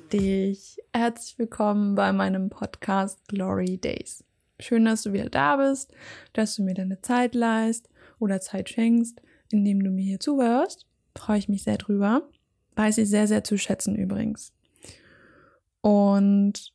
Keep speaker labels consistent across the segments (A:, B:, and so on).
A: dich. Herzlich willkommen bei meinem Podcast Glory Days. Schön, dass du wieder da bist, dass du mir deine Zeit leihst oder Zeit schenkst, indem du mir hier zuhörst. Freue ich mich sehr drüber. Weiß ich sehr, sehr zu schätzen übrigens. Und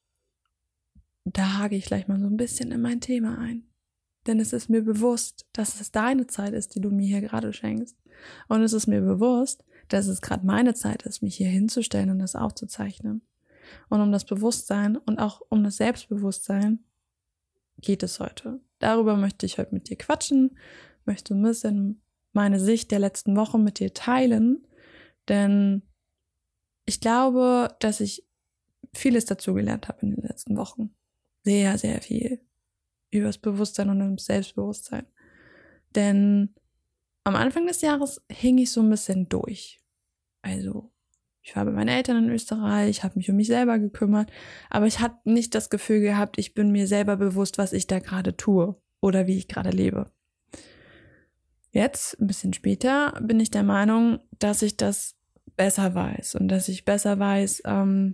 A: da hake ich gleich mal so ein bisschen in mein Thema ein. Denn es ist mir bewusst, dass es deine Zeit ist, die du mir hier gerade schenkst. Und es ist mir bewusst, dass es gerade meine Zeit ist, mich hier hinzustellen und das aufzuzeichnen. Und um das Bewusstsein und auch um das Selbstbewusstsein geht es heute. Darüber möchte ich heute mit dir quatschen, möchte ein bisschen meine Sicht der letzten Woche mit dir teilen, denn ich glaube, dass ich vieles dazugelernt habe in den letzten Wochen. Sehr, sehr viel über das Bewusstsein und das Selbstbewusstsein. Denn am Anfang des Jahres hing ich so ein bisschen durch. Also, ich war bei meinen Eltern in Österreich, habe mich um mich selber gekümmert, aber ich hatte nicht das Gefühl gehabt, ich bin mir selber bewusst, was ich da gerade tue oder wie ich gerade lebe. Jetzt, ein bisschen später, bin ich der Meinung, dass ich das besser weiß und dass ich besser weiß,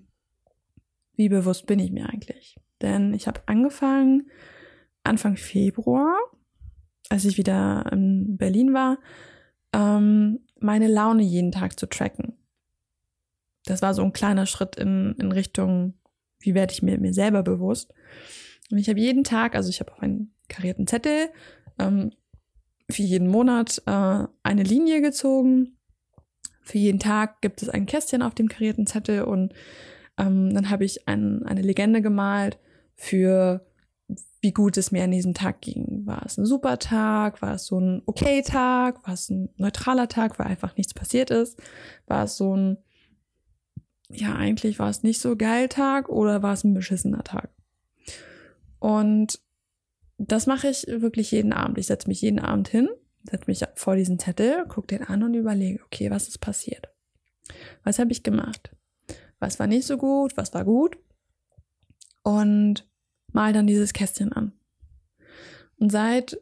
A: wie bewusst bin ich mir eigentlich. Denn ich habe angefangen, Anfang Februar, als ich wieder in Berlin war, meine Laune jeden Tag zu tracken. Das war so ein kleiner Schritt in Richtung, wie werde ich mir selber bewusst. Und ich habe jeden Tag, also ich habe auf einen karierten Zettel für jeden Monat eine Linie gezogen. Für jeden Tag gibt es ein Kästchen auf dem karierten Zettel und dann habe ich eine Legende gemalt für wie gut es mir an diesem Tag ging. War es ein super Tag? War es so ein okay Tag? War es ein neutraler Tag, weil einfach nichts passiert ist? War es so ein, ja, eigentlich war es nicht so geil Tag oder war es ein beschissener Tag? Und das mache ich wirklich jeden Abend. Ich setze mich jeden Abend hin, setze mich vor diesen Zettel, gucke den an und überlege, okay, was ist passiert? Was habe ich gemacht? Was war nicht so gut? Was war gut? Und mal dann dieses Kästchen an. Und seit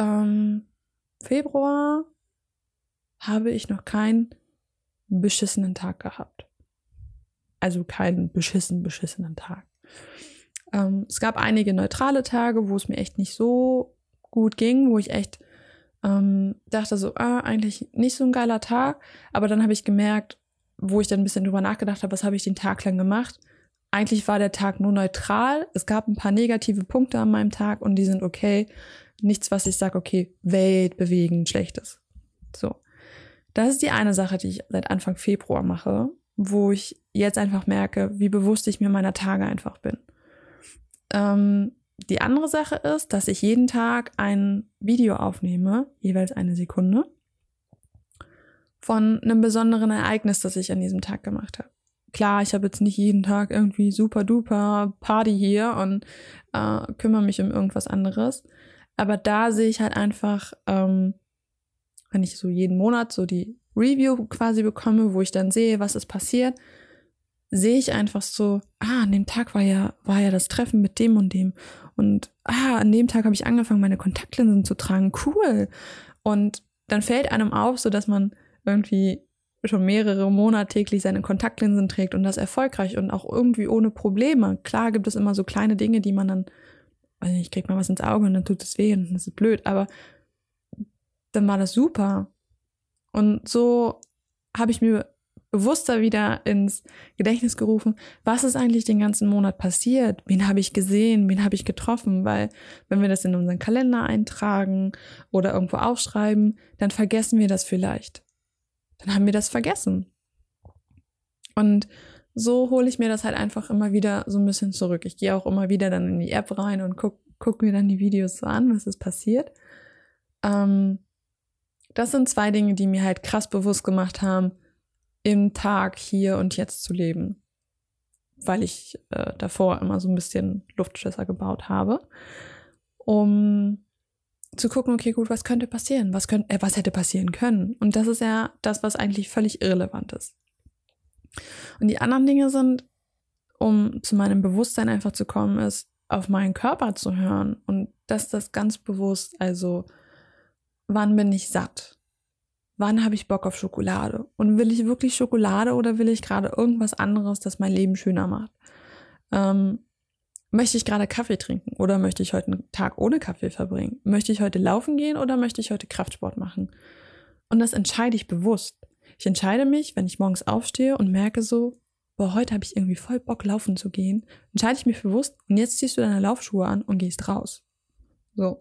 A: Februar habe ich noch keinen beschissenen Tag gehabt. Also keinen beschissenen Tag. Es gab einige neutrale Tage, wo es mir echt nicht so gut ging, wo ich echt dachte so, eigentlich nicht so ein geiler Tag. Aber dann habe ich gemerkt, wo ich dann ein bisschen drüber nachgedacht habe, was habe ich den Tag lang gemacht. Eigentlich war der Tag nur neutral. Es gab ein paar negative Punkte an meinem Tag und die sind okay. Nichts, was ich sage, okay, weltbewegend Schlechtes. So. Das ist die eine Sache, die ich seit Anfang Februar mache, wo ich jetzt einfach merke, wie bewusst ich mir meiner Tage einfach bin. Die andere Sache ist, dass ich jeden Tag ein Video aufnehme, jeweils 1 Sekunde, von einem besonderen Ereignis, das ich an diesem Tag gemacht habe. Klar, ich habe jetzt nicht jeden Tag irgendwie super duper Party hier und kümmere mich um irgendwas anderes. Aber da sehe ich halt einfach, wenn ich so jeden Monat so die Review quasi bekomme, wo ich dann sehe, was ist passiert, sehe ich einfach so, an dem Tag war ja das Treffen mit dem und dem. Und an dem Tag habe ich angefangen, meine Kontaktlinsen zu tragen. Cool. Und dann fällt einem auf, so dass man irgendwie schon mehrere Monate täglich seine Kontaktlinsen trägt und das erfolgreich und auch irgendwie ohne Probleme. Klar gibt es immer so kleine Dinge, die man dann, weiß nicht, kriegt man was ins Auge und dann tut es weh und das ist blöd, aber dann war das super. Und so habe ich mir bewusster wieder ins Gedächtnis gerufen, was ist eigentlich den ganzen Monat passiert? Wen habe ich gesehen? Wen habe ich getroffen? Weil wenn wir das in unseren Kalender eintragen oder irgendwo aufschreiben, dann vergessen wir das vielleicht. Dann haben wir das vergessen. Und so hole ich mir das halt einfach immer wieder so ein bisschen zurück. Ich gehe auch immer wieder dann in die App rein und guck mir dann die Videos so an, was ist passiert. Das sind 2 Dinge, die mir halt krass bewusst gemacht haben, im Tag hier und jetzt zu leben. Weil ich davor immer so ein bisschen Luftschlösser gebaut habe, um zu gucken, okay, gut, was könnte passieren? Was hätte passieren können? Und das ist ja das, was eigentlich völlig irrelevant ist. Und die anderen Dinge sind, um zu meinem Bewusstsein einfach zu kommen, ist, auf meinen Körper zu hören. Und das ganz bewusst, also, wann bin ich satt? wann habe ich Bock auf Schokolade? Und will ich wirklich Schokolade oder will ich gerade irgendwas anderes, das mein Leben schöner macht? Möchte ich gerade Kaffee trinken oder möchte ich heute einen Tag ohne Kaffee verbringen? Möchte ich heute laufen gehen oder möchte ich heute Kraftsport machen? Und das entscheide ich bewusst. Ich entscheide mich, wenn ich morgens aufstehe und merke so, boah, heute habe ich irgendwie voll Bock, laufen zu gehen, entscheide ich mich bewusst und jetzt ziehst du deine Laufschuhe an und gehst raus. So.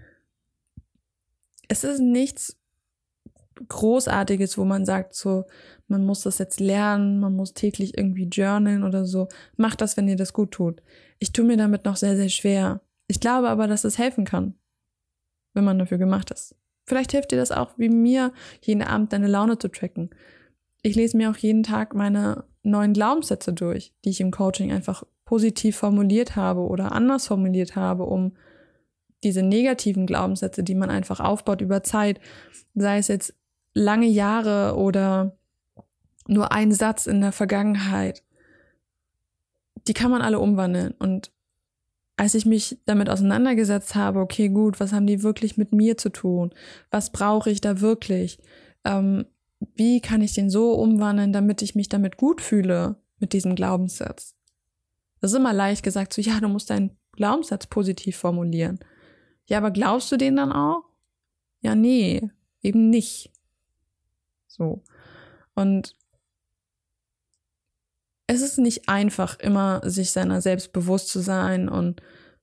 A: Es ist nichts Großartiges, wo man sagt so, man muss das jetzt lernen, man muss täglich irgendwie journalen oder so. Macht das, wenn ihr das gut tut. Ich tue mir damit noch sehr, sehr schwer. Ich glaube aber, dass es helfen kann, wenn man dafür gemacht ist. Vielleicht hilft dir das auch, wie mir, jeden Abend deine Laune zu tracken. Ich lese mir auch jeden Tag meine neuen Glaubenssätze durch, die ich im Coaching einfach positiv formuliert habe oder anders formuliert habe, um diese negativen Glaubenssätze, die man einfach aufbaut über Zeit, sei es jetzt lange Jahre oder nur ein Satz in der Vergangenheit, die kann man alle umwandeln. Und als ich mich damit auseinandergesetzt habe, okay, gut, was haben die wirklich mit mir zu tun? Was brauche ich da wirklich? Wie kann ich den so umwandeln, damit ich mich damit gut fühle, mit diesem Glaubenssatz? Das ist immer leicht gesagt, so, ja, du musst deinen Glaubenssatz positiv formulieren. Ja, aber glaubst du den dann auch? Ja, nee, eben nicht. So. Und es ist nicht einfach, immer sich seiner selbst bewusst zu sein und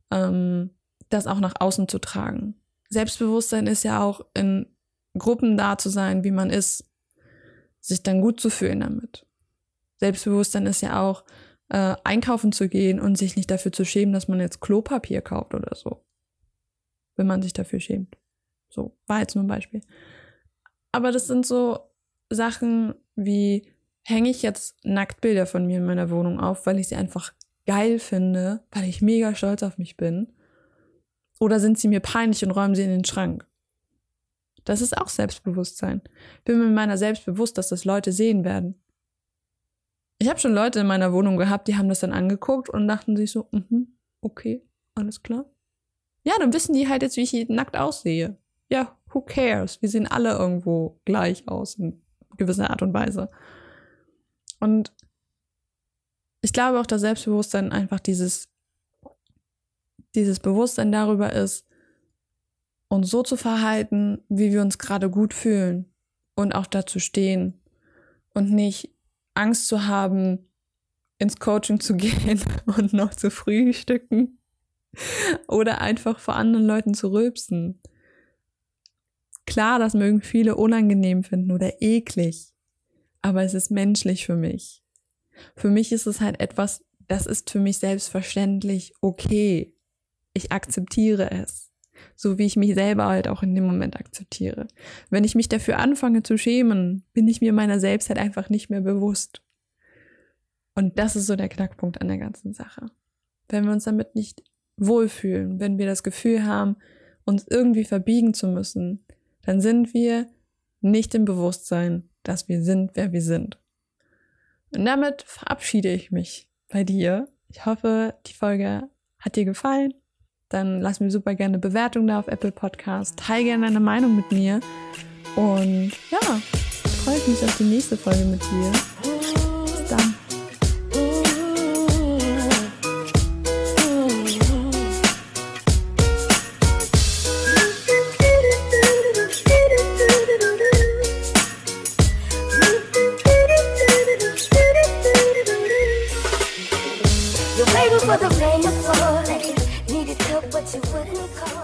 A: das auch nach außen zu tragen. Selbstbewusstsein ist ja auch in Gruppen da zu sein, wie man ist, sich dann gut zu fühlen damit. Selbstbewusstsein ist ja auch einkaufen zu gehen und sich nicht dafür zu schämen, dass man jetzt Klopapier kauft oder so. Wenn man sich dafür schämt. So, war jetzt nur ein Beispiel. Aber das sind so Sachen wie, hänge ich jetzt Nacktbilder von mir in meiner Wohnung auf, weil ich sie einfach geil finde, weil ich mega stolz auf mich bin? Oder sind sie mir peinlich und räumen sie in den Schrank? Das ist auch Selbstbewusstsein. Ich bin mir meiner selbst bewusst, dass das Leute sehen werden. Ich habe schon Leute in meiner Wohnung gehabt, die haben das dann angeguckt und dachten sich so, okay, alles klar. Ja, dann wissen die halt jetzt, wie ich nackt aussehe. Ja, who cares? Wir sehen alle irgendwo gleich aus in gewisser Art und Weise. Und ich glaube auch, dass Selbstbewusstsein einfach dieses Bewusstsein darüber ist, uns so zu verhalten, wie wir uns gerade gut fühlen und auch dazu stehen und nicht Angst zu haben, ins Coaching zu gehen und noch zu frühstücken oder einfach vor anderen Leuten zu rülpsen. Klar, das mögen viele unangenehm finden oder eklig, aber es ist menschlich für mich. Für mich ist es halt etwas, das ist für mich selbstverständlich okay. Ich akzeptiere es, so wie ich mich selber halt auch in dem Moment akzeptiere. Wenn ich mich dafür anfange zu schämen, bin ich mir meiner selbst halt einfach nicht mehr bewusst. Und das ist so der Knackpunkt an der ganzen Sache. Wenn wir uns damit nicht wohlfühlen, wenn wir das Gefühl haben, uns irgendwie verbiegen zu müssen, dann sind wir nicht im Bewusstsein, dass wir sind, wer wir sind. Und damit verabschiede ich mich bei dir. Ich hoffe, die Folge hat dir gefallen. Dann lass mir super gerne eine Bewertung da auf Apple Podcast. Teile gerne deine Meinung mit mir. Und ja, freue ich mich auf die nächste Folge mit dir. Bis dann.
B: For the rain to fall, like it needed help, but you wouldn't call.